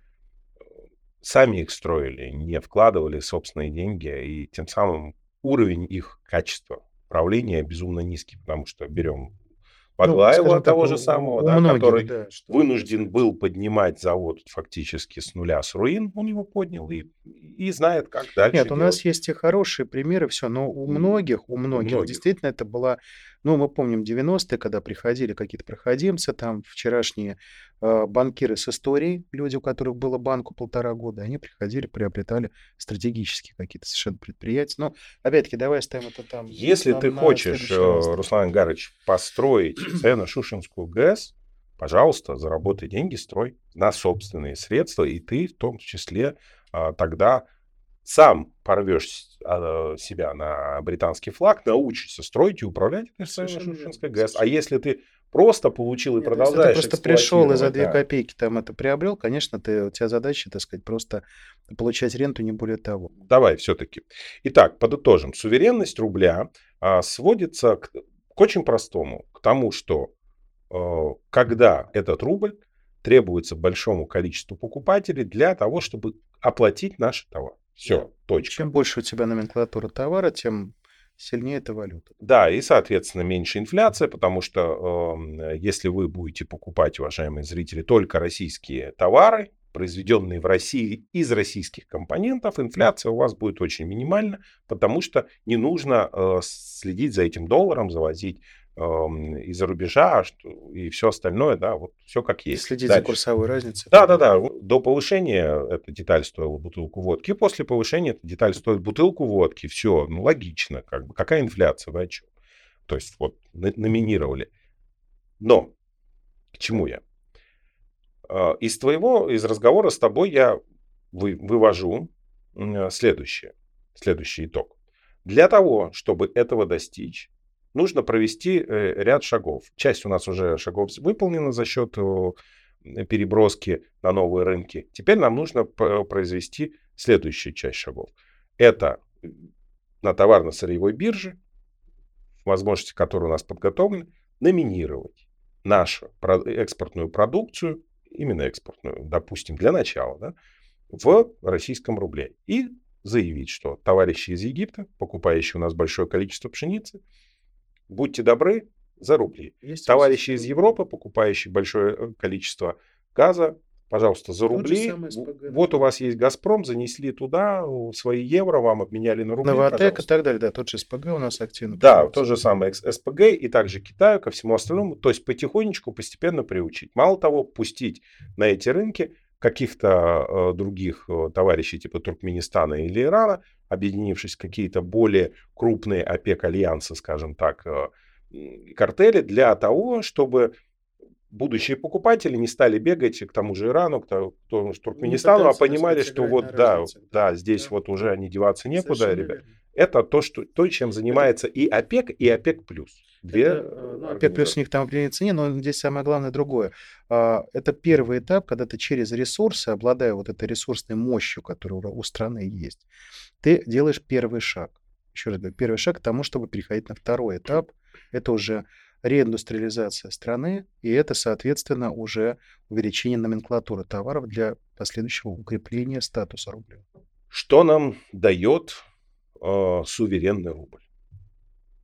сами их строили, не вкладывали собственные деньги, и тем самым уровень их качества управления безумно низкий, потому что берем Баглаева, скажем так, того же самого, у да, многих, который да, что вынужден был поднимать завод фактически с нуля, с руин, он его поднял и знает, как дальше Нет, у делать. нас есть и хорошие примеры, все, но у многих многих. действительно это была, ну, мы помним 90-е, когда приходили какие-то проходимцы, там вчерашние банкиры с историей, люди, у которых было банку 1,5 года, они приходили, приобретали стратегические какие-то совершенно предприятия. Но, опять-таки, давай оставим это там Если ты на хочешь, следующий раз. Да. Руслан Гарович, построить Царевно-Шушенскую ГЭС, пожалуйста, заработай деньги, строй на собственные средства, и ты в том числе тогда сам порвешь себя на британский флаг, научишься строить и управлять этой Совершенно Царевно-Шушенской верно, ГЭС. А совершенно если ты просто получил и Нет, если ты продолжаешь просто пришел и за эксплуатировать, 2 да, копейки там это приобрел, конечно, у тебя задача, так сказать, просто получать ренту, не более того. давай все-таки. Итак, подытожим. Суверенность рубля сводится к очень простому, к тому, что когда этот рубль требуется большому количеству покупателей для того, чтобы оплатить наши товары. Все, точка. Чем больше у тебя номенклатура товара, тем сильнее эта валюта. Да, и, соответственно, меньше инфляция, потому что если вы будете покупать, уважаемые зрители, только российские товары, произведенные в России из российских компонентов, инфляция у вас будет очень минимальна, потому что не нужно следить за этим долларом, завозить из-за рубежа и все остальное, да, вот все как есть. Следить Дальше. за курсовой разницей. Да. До повышения эта деталь стоила бутылку водки, после повышения эта деталь стоит бутылку водки. Все, ну логично, как бы. Какая инфляция, вы о чем? То есть вот номинировали. Но к чему я? Из разговора с тобой я вывожу следующий итог. Для того, чтобы этого достичь, нужно провести ряд шагов. Часть у нас уже шагов выполнена за счет переброски на новые рынки. Теперь нам нужно произвести следующую часть шагов. Это на товарно-сырьевой бирже, возможности которой у нас подготовлены, номинировать нашу экспортную продукцию, именно экспортную, допустим, для начала, да, в российском рубле. И заявить, что товарищи из Египта, покупающие у нас большое количество пшеницы, будьте добры, за рубли. Товарищи из Европы, покупающие большое количество газа, пожалуйста, за рубли. Вот у вас есть «Газпром», занесли туда свои евро, вам обменяли на рубли. Новотек и так далее, да, тот же СПГ у нас активно. Да, то же самое СПГ и также Китаю, ко всему остальному. То есть потихонечку, постепенно приучить. Мало того, пустить на эти рынки каких-то других товарищей типа Туркменистана или Ирана, объединившись в какие-то более крупные ОПЕК-альянсы, скажем так, картели, для того, чтобы будущие покупатели не стали бегать к тому же Ирану, к тому же Туркменистану, а понимали, что вот да, здесь вот уже они деваться некуда, ребят. Это то, чем занимается и ОПЕК, и ОПЕК+. ОПЕК плюс у них там определенной цене, но здесь самое главное другое. Это первый этап, когда ты через ресурсы, обладая вот этой ресурсной мощью, которая у страны есть, ты делаешь первый шаг. Еще раз говорю, первый шаг к тому, чтобы переходить на второй этап. Это уже реиндустриализация страны, и это, соответственно, уже увеличение номенклатуры товаров для последующего укрепления статуса рубля. Что нам дает суверенный рубль?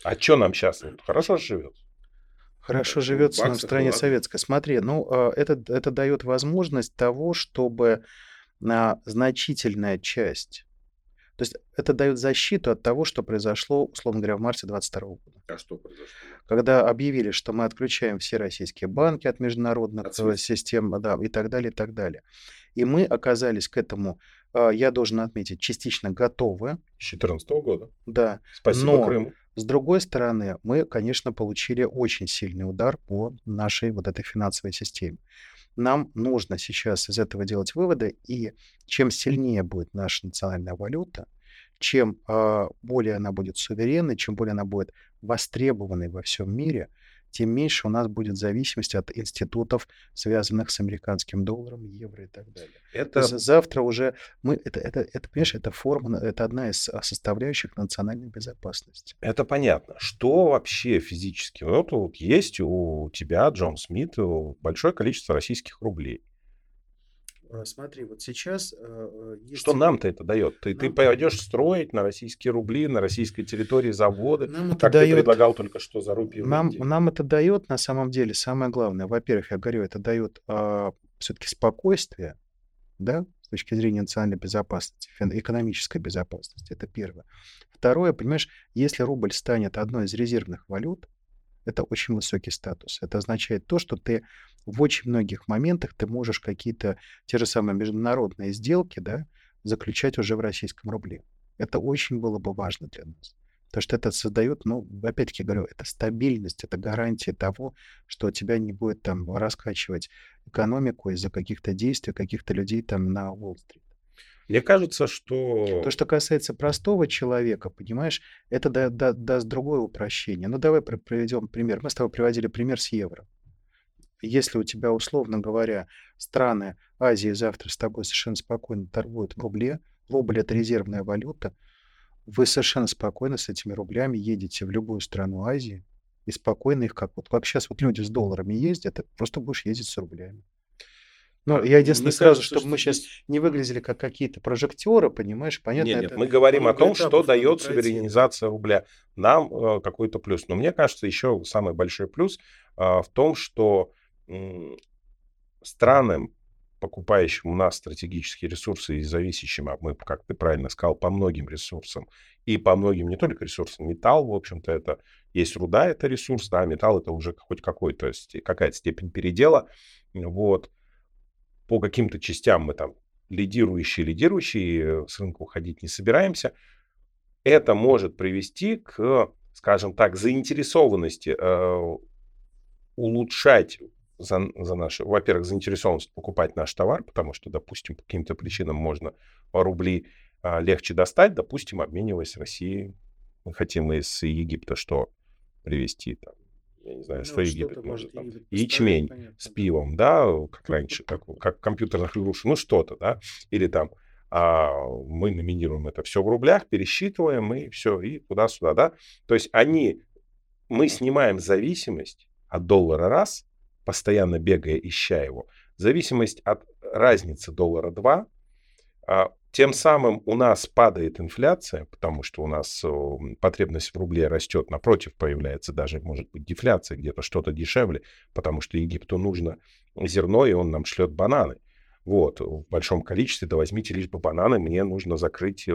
А что нам сейчас? Хорошо живет. Хорошо Так что в живется нам в баксах, и стране ладно. советской. Смотри, ну, это дает возможность того, чтобы значительная часть, то есть это дает защиту от того, что произошло, условно говоря, в марте 22 года. А что произошло? Когда объявили, что мы отключаем все российские банки от международных От SWIFT. систем, да, и так далее, и так далее. И мы оказались к этому, я должен отметить, частично готовы, С 2014 года. да, Спасибо но Крыму. с другой стороны, мы, конечно, получили очень сильный удар по нашей вот этой финансовой системе. Нам нужно сейчас из этого делать выводы, и чем сильнее будет наша национальная валюта, чем более она будет суверенной, чем более она будет востребованной во всем мире, тем меньше у нас будет зависимости от институтов, связанных с американским долларом, евро и так далее. То есть Это, завтра уже мы, понимаешь, это форма, это одна из составляющих национальной безопасности. это понятно. Что вообще физически? Вот есть у тебя, Джон Смит, большое количество российских рублей. Смотри, вот сейчас Что есть... нам-то это дает? Ты Нам, пойдешь строить на российские рубли, на российской территории заводы, нам это как ты дает... предлагал только что за рупии в Индии? Нам это дает, на самом деле, самое главное. Во-первых, я говорю, это дает все-таки спокойствие, да, с точки зрения национальной безопасности, экономической безопасности. Это первое. Второе, понимаешь, если рубль станет одной из резервных валют, это очень высокий статус. Это означает то, что ты в очень многих моментах ты можешь какие-то те же самые международные сделки, да, заключать уже в российском рубле. Это очень было бы важно для нас. Потому что это создает, ну, опять-таки говорю, это стабильность, это гарантия того, что тебя не будет там раскачивать экономику из-за каких-то действий, каких-то людей там на Уолл-стрит. Мне кажется, То, что... что касается простого человека, понимаешь, это даст другое упрощение. Ну, давай приведем пример. Мы с тобой приводили пример с евро. Если у тебя, условно говоря, страны Азии завтра с тобой совершенно спокойно торгуют в рубле, рубль — это резервная валюта, вы совершенно спокойно с этими рублями едете в любую страну Азии и спокойно их, как сейчас вот люди с долларами ездят, ты просто будешь ездить с рублями. Ну, я единственное Мне сразу, кажется, чтобы что мы сейчас здесь... не выглядели как какие-то прожектеры, понимаешь, понятно, Нет, нет, это мы говорим о много том, что этапов надо дает пройти, да. суверенизация рубля. Нам какой-то плюс. Но мне кажется, еще самый большой плюс в том, что странам, покупающим у нас стратегические ресурсы и зависящим, а мы, как ты правильно сказал, по многим ресурсам, и по многим не только ресурсам, металл, в общем-то, это есть руда, это ресурс, да, металл это уже хоть какой-то, какая-то степень передела, вот, по каким-то частям мы там лидирующие, с рынка уходить не собираемся, это может привести к, скажем так, заинтересованности улучшать за наши, во-первых, заинтересованность покупать наш товар, потому что, допустим, по каким-то причинам можно рубли легче достать, допустим, обмениваясь с Россией. Мы хотим из Египта что привезти, там, я не знаю, Ну, что вот Египет что-то может, может там, Египет поставить, ячмень понятно, с да. пивом, да, как раньше, как в компьютерных игрушках, ну что-то, да, или там мы номинируем это все в рублях, пересчитываем и все, и туда-сюда, да. То есть мы снимаем зависимость от доллара раз, постоянно бегая, ища его, зависимость от разницы доллара 2, тем самым у нас падает инфляция, потому что у нас потребность в рубле растет, напротив, появляется даже, может быть, дефляция, где-то что-то дешевле, потому что Египту нужно зерно, и он нам шлет бананы. Вот, в большом количестве, да возьмите лишь бы бананы, мне нужно закрыть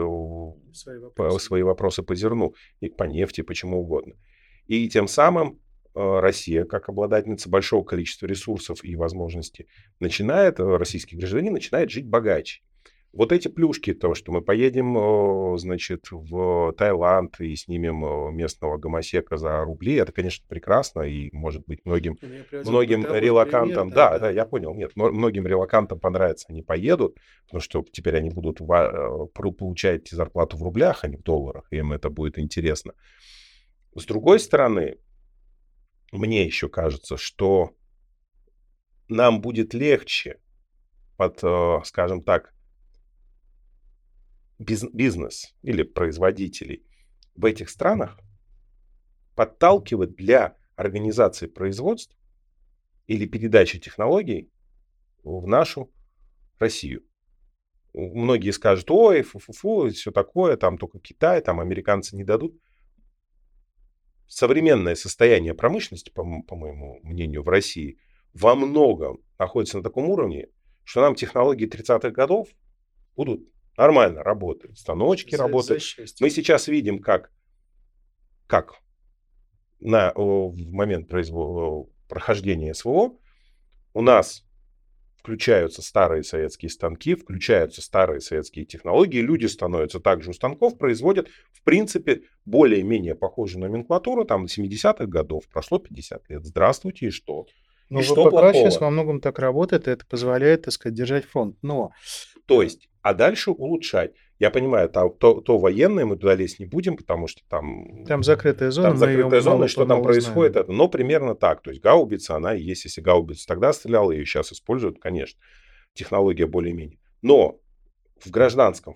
свои вопросы по зерну, и по нефти, почему угодно. И тем самым Россия, как обладательница большого количества ресурсов и возможностей, российский гражданин начинает жить богаче. Вот эти плюшки, то, что мы поедем, значит, в Таиланд и снимем местного гомосека за рубли, это, конечно, прекрасно, и, может быть, многим релокантам, да, я понял, нет, многим релокантам понравится, они поедут, потому что теперь они будут получать зарплату в рублях, а не в долларах, и им это будет интересно. С другой стороны, мне еще кажется, что нам будет легче скажем так, бизнес или производителей в этих странах подталкивать для организации производств или передачи технологий в нашу Россию. Многие скажут, ой, фу-фу-фу, все такое, там только Китай, там американцы не дадут. современное состояние промышленности, по моему мнению, в России во многом находится на таком уровне, что нам технологии 30-х годов будут нормально работать, станочки За работают. счастье. Мы сейчас видим, как в момент прохождения СВО у нас включаются старые советские станки, включаются старые советские технологии, люди становятся также у станков, производят, в принципе, более-менее похожую номенклатуру, там, 70-х годов, прошло 50 лет. Здравствуйте, и что? Ну, И что ВПК сейчас плохого? во многом так работает, и это позволяет, так сказать, держать фронт. Но То есть, а дальше улучшать. Я понимаю, то военное мы туда лезть не будем, потому что там закрытая зона, там мы ее закрытая зона, и что там мало происходит, знаем. но примерно так. То есть гаубица, она и есть, если гаубица тогда стреляла, ее сейчас используют, конечно, технология более-менее. Но в гражданском,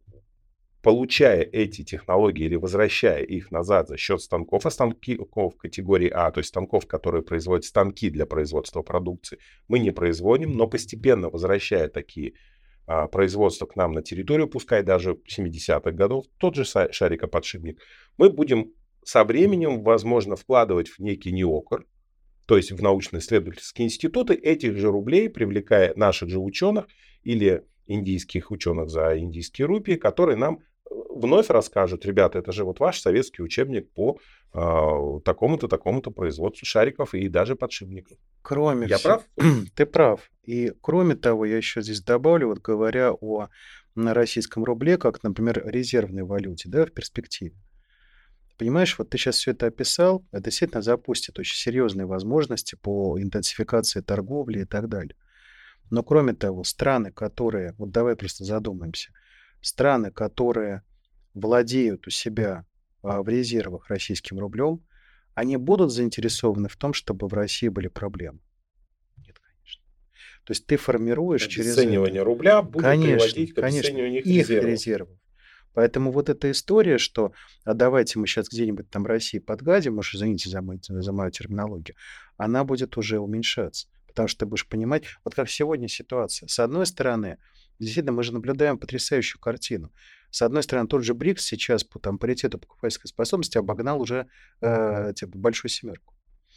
получая эти технологии или возвращая их назад за счет станков, а станков категории А, то есть станков, которые производят станки для производства продукции, мы не производим, но постепенно возвращая такие производства к нам на территорию, пускай даже 70-х годов, тот же шарикоподшипник, мы будем со временем, возможно, вкладывать в некий неокр, то есть в научно-исследовательские институты, этих же рублей, привлекая наших же ученых или индийских ученых за индийские рупии, которые нам вновь расскажут: ребята, это же вот ваш советский учебник по такому-то, такому-то производству шариков и даже подшипников. Кроме Я всего, прав? ты прав. И кроме того, я еще здесь добавлю, вот говоря о российском рубле, как, например, резервной валюте, да, в перспективе. Понимаешь, вот ты сейчас все это описал, это действительно запустит очень серьезные возможности по интенсификации торговли и так далее. Но кроме того, страны, которые, вот давай просто задумаемся, страны, которые владеют у себя в резервах российским рублем, они будут заинтересованы в том, чтобы в России были проблемы? Нет, конечно. То есть ты формируешь через это, Обесценивание рубля будет конечно, приводить к конечно, обесцениванию их их резервов. резервов. Поэтому вот эта история, что а давайте мы сейчас где-нибудь там России подгадим, уж извините за мою терминологию, она будет уже уменьшаться. Потому что ты будешь понимать, вот как сегодня ситуация. С одной стороны, действительно, мы же наблюдаем потрясающую картину. С одной стороны, тот же БРИКС сейчас по там, паритету покупательской способности обогнал уже большую семерку.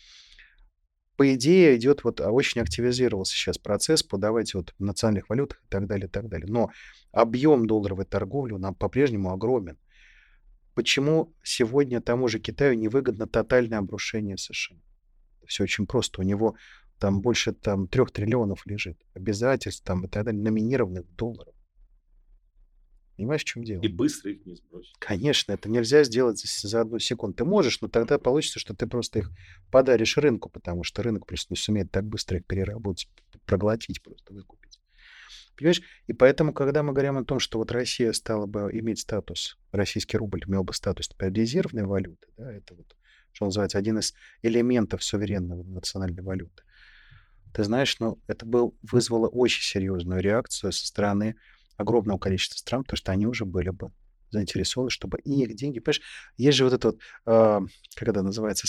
По идее, идет вот, очень активизировался сейчас процесс по давайте вот в национальных валютах и так далее, и так далее. Но объем долларовой торговли нам по-прежнему огромен. Почему сегодня тому же Китаю невыгодно тотальное обрушение США? Все очень просто. У него там больше там 3 триллионов лежит обязательств там и так далее, номинированных в долларах. Понимаешь, в чем И дело? быстро их не сбросить. Конечно, это нельзя сделать за одну секунду. Ты можешь, но тогда получится, что ты просто их подаришь рынку, потому что рынок просто не сумеет так быстро их переработать, проглотить, просто выкупить. Понимаешь? И поэтому, когда мы говорим о том, что вот Россия стала бы иметь статус, российский рубль имел бы статус теперь резервной валюты, да, это вот, что называется, один из элементов суверенной национальной валюты. Ты знаешь, ну, это вызвало очень серьезную реакцию со стороны огромного количества стран, потому что они уже были бы заинтересованы, чтобы и их деньги, понимаешь, есть же вот это вот, как это называется,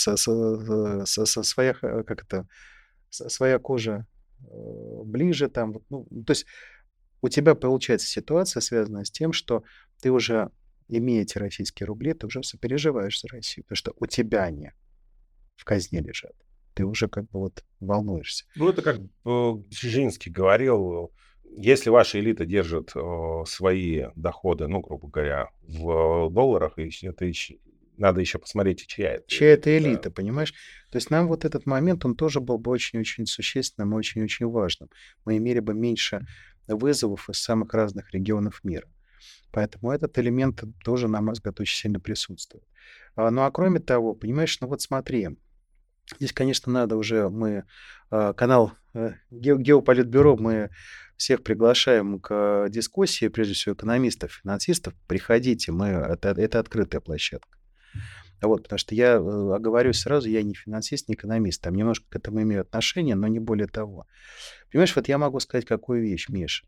своя, как это, своя кожа ближе там, вот, ну, то есть у тебя получается ситуация, связанная с тем, что ты уже, имея эти российские рубли, ты уже сопереживаешь за Россию, потому что у тебя они в казне лежат. Ты уже как бы вот волнуешься. Ну, это как Дзержинский говорил, если ваша элита держит свои доходы, ну, грубо говоря, в долларах, это надо еще посмотреть, чья это Чья это элита, да. элита, понимаешь? То есть нам вот этот момент, он тоже был бы очень-очень существенным и очень-очень важным. Мы имели бы меньше вызовов из самых разных регионов мира. Поэтому этот элемент тоже, на мой взгляд, очень сильно присутствует. Ну, а кроме того, понимаешь, ну вот смотри, здесь, конечно, надо уже канал Геополитбюро, мы всех приглашаем к дискуссии, прежде всего экономистов, финансистов. Приходите, это открытая площадка. Вот, потому что я оговорюсь сразу, я не финансист, не экономист, там немножко к этому имею отношение, но не более того. Понимаешь, вот я могу сказать какую вещь, Миш.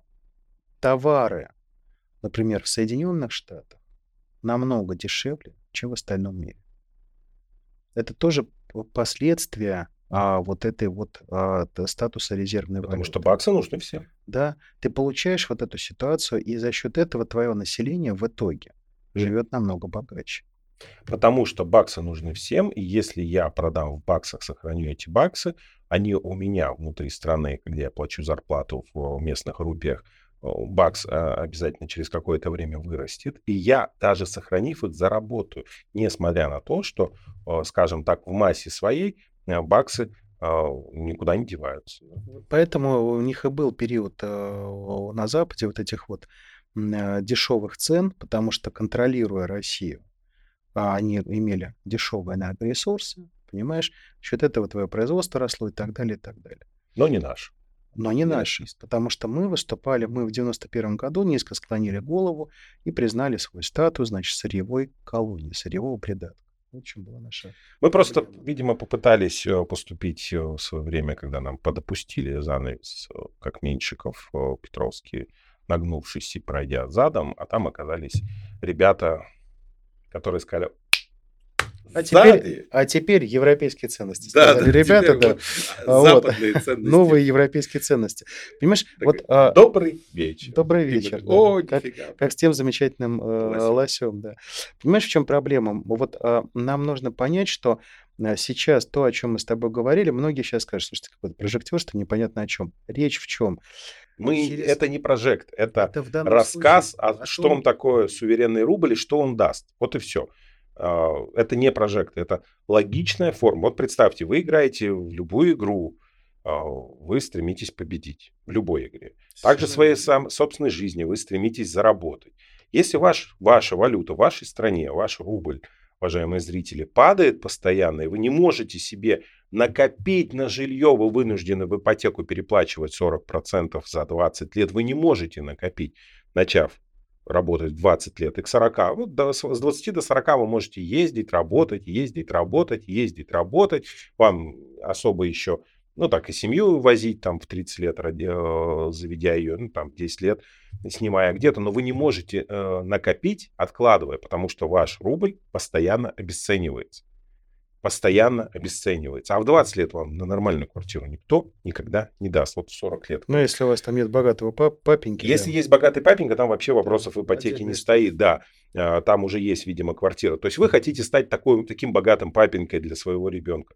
Товары, например, в Соединенных Штатах намного дешевле, чем в остальном мире. Это тоже последствия вот этой вот статуса резервной Потому что валюты. баксы нужны всем. Да, ты получаешь вот эту ситуацию, и за счет этого твое население в итоге живет намного богаче. Потому что баксы нужны всем, и если я продам в баксах, сохраню эти баксы, они у меня внутри страны, где я плачу зарплату в местных рупиях, бакс обязательно через какое-то время вырастет, и я, даже сохранив их, заработаю, несмотря на то, что, скажем так, в массе своей баксы никуда не деваются. Поэтому у них и был период на Западе вот этих вот дешевых цен, потому что, контролируя Россию, они имели дешевые энергоресурсы, понимаешь, за счет этого твое производство росло и так далее, и так далее. Но не наш. Но не Не наши, российский. потому что мы в 91 году низко склонили голову и признали свой статус, значит, сырьевой колонии, сырьевого придатка. Вот в чем была наша Мы просто, проблема. видимо, попытались поступить в свое время, когда нам подопустили занавес, как Меньшиков, Петровский, нагнувшись и пройдя задом, а там оказались ребята, которые сказали: сзади. А теперь европейские ценности, Да, сказали да, ребята, теперь да. вот Вот. западные ценности. Новые европейские ценности. Понимаешь, вот Такой, добрый вечер. добрый И мы вечер, такие: да. о, Как, нифига. как с тем замечательным Лосем. лосем, да. Понимаешь, в чем проблема? Вот нам нужно понять, что сейчас то, о чем мы с тобой говорили, многие сейчас скажут, слушай, ты какой-то прожектор, непонятно о чем. Речь в чем? Это не прожект, это Это в данном рассказ, случае о что том, он такое суверенный рубль и что он даст. Вот и все. Это не прожект, это логичная форма. Вот представьте, вы играете в любую игру, вы стремитесь победить в любой игре. Также в своей собственной жизни вы стремитесь заработать. Если ваша валюта в вашей стране, ваш рубль, уважаемые зрители, падает постоянно, и вы не можете себе накопить на жилье, вы вынуждены в ипотеку переплачивать 40% за 20 лет, вы не можете накопить, начав работать 20 лет, и к 40, вот с 20 до 40 вы можете ездить, работать, ездить, работать, ездить, работать, вам особо еще, ну так и семью возить там в 30 лет, заведя ее, ну там 10 лет, снимая где-то, но вы не можете накопить, откладывая, потому что ваш рубль постоянно обесценивается. Постоянно обесценивается. А в 20 лет вам на нормальную квартиру никто никогда не даст. Вот в 40 лет. ну, если у вас там нет богатого папеньки, Если да. есть богатый папенька, там вообще вопросов ипотеки отдельная не история. стоит. Да, там уже есть, видимо, квартира. То есть вы хотите стать таким богатым папенькой для своего ребенка.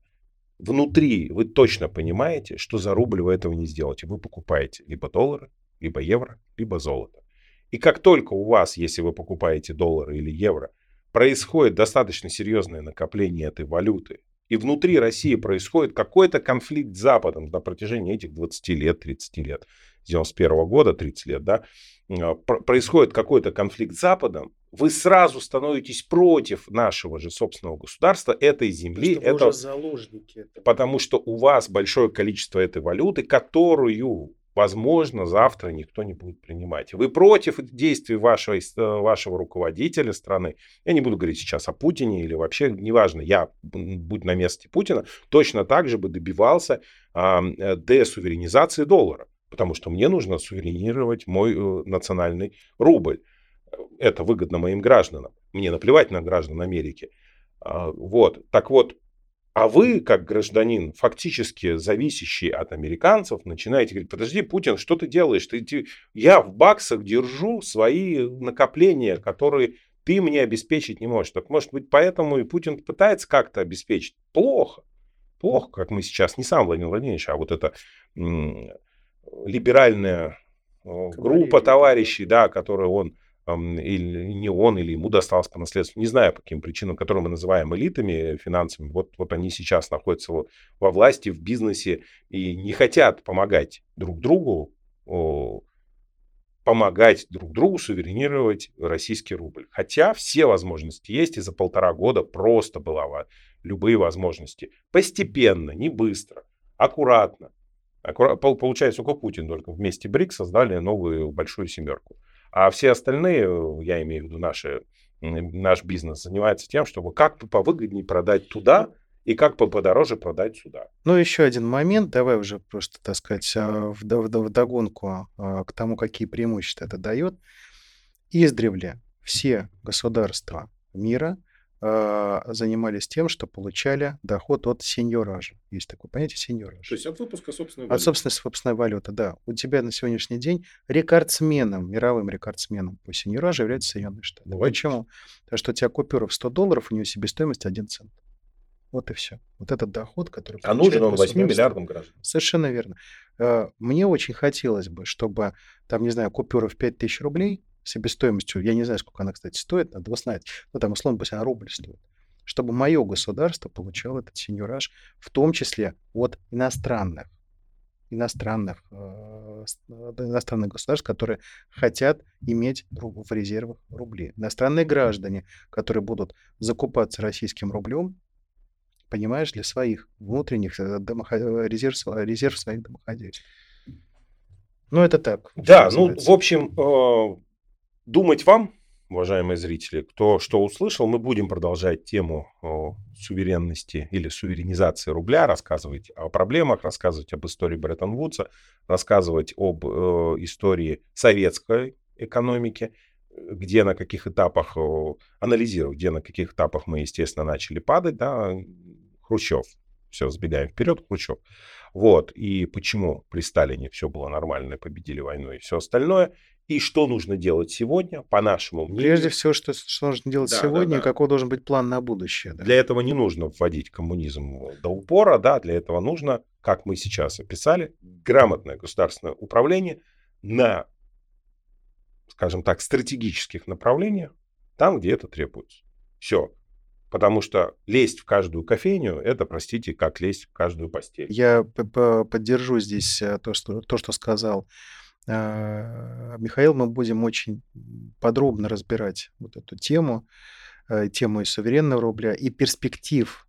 Внутри вы точно понимаете, что за рубль вы этого не сделаете. Вы покупаете либо доллары, либо евро, либо золото. И как только у вас, если вы покупаете доллары или евро, происходит достаточно серьезное накопление этой валюты, и внутри России происходит какой-то конфликт с Западом на протяжении этих 20 лет, 30 лет, с 91 года, 30 лет, да, происходит какой-то конфликт с Западом, вы сразу становитесь против нашего же собственного государства, этой земли, заложники этого. потому что у вас большое количество этой валюты, которую, возможно, завтра никто не будет принимать. Вы против действий вашего руководителя страны. Я не буду говорить сейчас о Путине или вообще, неважно, я, будь на месте Путина, точно так же бы добивался десуверенизации доллара. Потому что мне нужно суверенизировать мой национальный рубль. Это выгодно моим гражданам. Мне наплевать на граждан Америки. Вот. Так вот, а вы, как гражданин, фактически зависящий от американцев, начинаете говорить: подожди, Путин, что ты делаешь? Я в баксах держу свои накопления, которые ты мне обеспечить не можешь. Так может быть, поэтому и Путин пытается как-то обеспечить? Плохо. Плохо, как мы сейчас, не сам Владимир Владимирович, а вот эта либеральная группа товарищей, да, которые он или не он, или ему досталось по наследству, не знаю по каким причинам, которые мы называем элитами финансовыми, вот они сейчас находятся во власти, в бизнесе и не хотят помогать друг другу суверенировать российский рубль. Хотя все возможности есть, и за 1,5 года просто была любые возможности. Постепенно, не быстро, аккуратно. Получается, только Путин только вместе БРИКС создали новую большую семерку. А все остальные, я имею в виду наш бизнес, занимается тем, чтобы как повыгоднее продать туда и как подороже продать сюда. Ну, еще один момент, давай уже просто, так сказать, вдогонку к тому, какие преимущества это дает. Издревле все государства мира занимались тем, что получали доход от сеньоража. Есть такое понятие сеньораж. То есть от выпуска собственной От валюты. собственной валюты, да. У тебя на сегодняшний день рекордсменом, мировым рекордсменом по сеньоражу являются Соединенные Штаты. Молодец. Почему? Потому что у тебя купюра в $100, у нее себестоимость 1 цент. Вот и все. Вот этот доход, который А нужен он 8 государство. миллиардам граждан. Совершенно верно. Мне очень хотелось бы, чтобы, там, не знаю, купюра в 5000 рублей себестоимостью, я не знаю, сколько она, кстати, стоит, надо узнать, ну, там, условно, пусть она рубль стоит, чтобы мое государство получало этот сеньораж, в том числе от иностранных государств, которые хотят иметь в резервах рубли. Иностранные граждане, которые будут закупаться российским рублем, понимаешь, для своих внутренних резерв своих домохозяйств. Ну, это так. Да, ну, в общем, думать вам, уважаемые зрители, кто что услышал, мы будем продолжать тему суверенности или суверенизации рубля, рассказывать о проблемах, рассказывать об истории Бреттон-Вудса, рассказывать об истории советской экономики, где на каких этапах, анализировать, где на каких этапах мы, естественно, начали падать, да, Хрущев, все, сбегаем вперед, Хрущев. Вот, и почему при Сталине все было нормально, победили войну и все остальное. И что нужно делать сегодня, по нашему мнению. Прежде всего, что нужно делать сегодня, и какой должен быть план на будущее. Да? Для этого не нужно вводить коммунизм до упора, да, для этого нужно, как мы сейчас описали, грамотное государственное управление на, скажем так, стратегических направлениях, там, где это требуется. Все. Потому что лезть в каждую кофейню, это, простите, как лезть в каждую постель. Я поддержу здесь то, что сказал Михаил. Мы будем очень подробно разбирать вот эту тему и суверенного рубля, и перспектив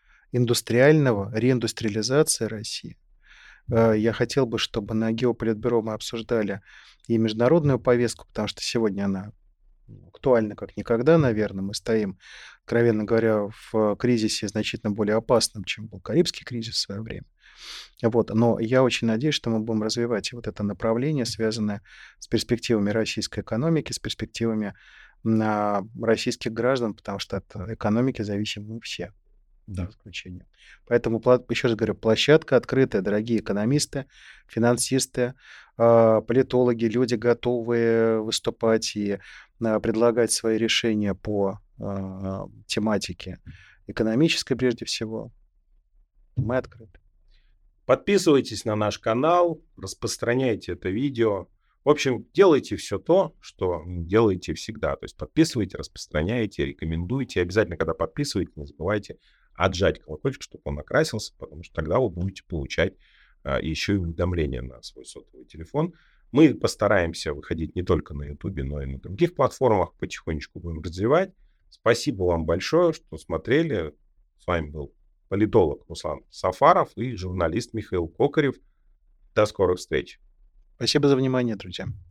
реиндустриализации России. Я хотел бы, чтобы на Геополитбюро мы обсуждали и международную повестку, потому что сегодня она актуальна как никогда, наверное. Мы стоим, откровенно говоря, в кризисе значительно более опасном, чем был Карибский кризис в свое время. Вот. Но я очень надеюсь, что мы будем развивать вот это направление, связанное с перспективами российской экономики, с перспективами российских граждан, потому что от экономики зависим мы все. Да, исключение. Поэтому, еще раз говорю, площадка открытая, дорогие экономисты, финансисты, политологи, люди, готовые выступать и предлагать свои решения по тематике экономической прежде всего. Мы открыты. Подписывайтесь на наш канал, распространяйте это видео. В общем, делайте все то, что делаете всегда. То есть подписывайте, распространяйте, рекомендуйте. Обязательно, когда подписываете, не забывайте отжать колокольчик, чтобы он окрасился, потому что тогда вы будете получать еще и уведомления на свой сотовый телефон. Мы постараемся выходить не только на YouTube, но и на других платформах. Потихонечку будем развивать. Спасибо вам большое, что смотрели. С вами был политолог Руслан Сафаров и журналист Михаил Кокарев. До скорых встреч. Спасибо за внимание, друзья.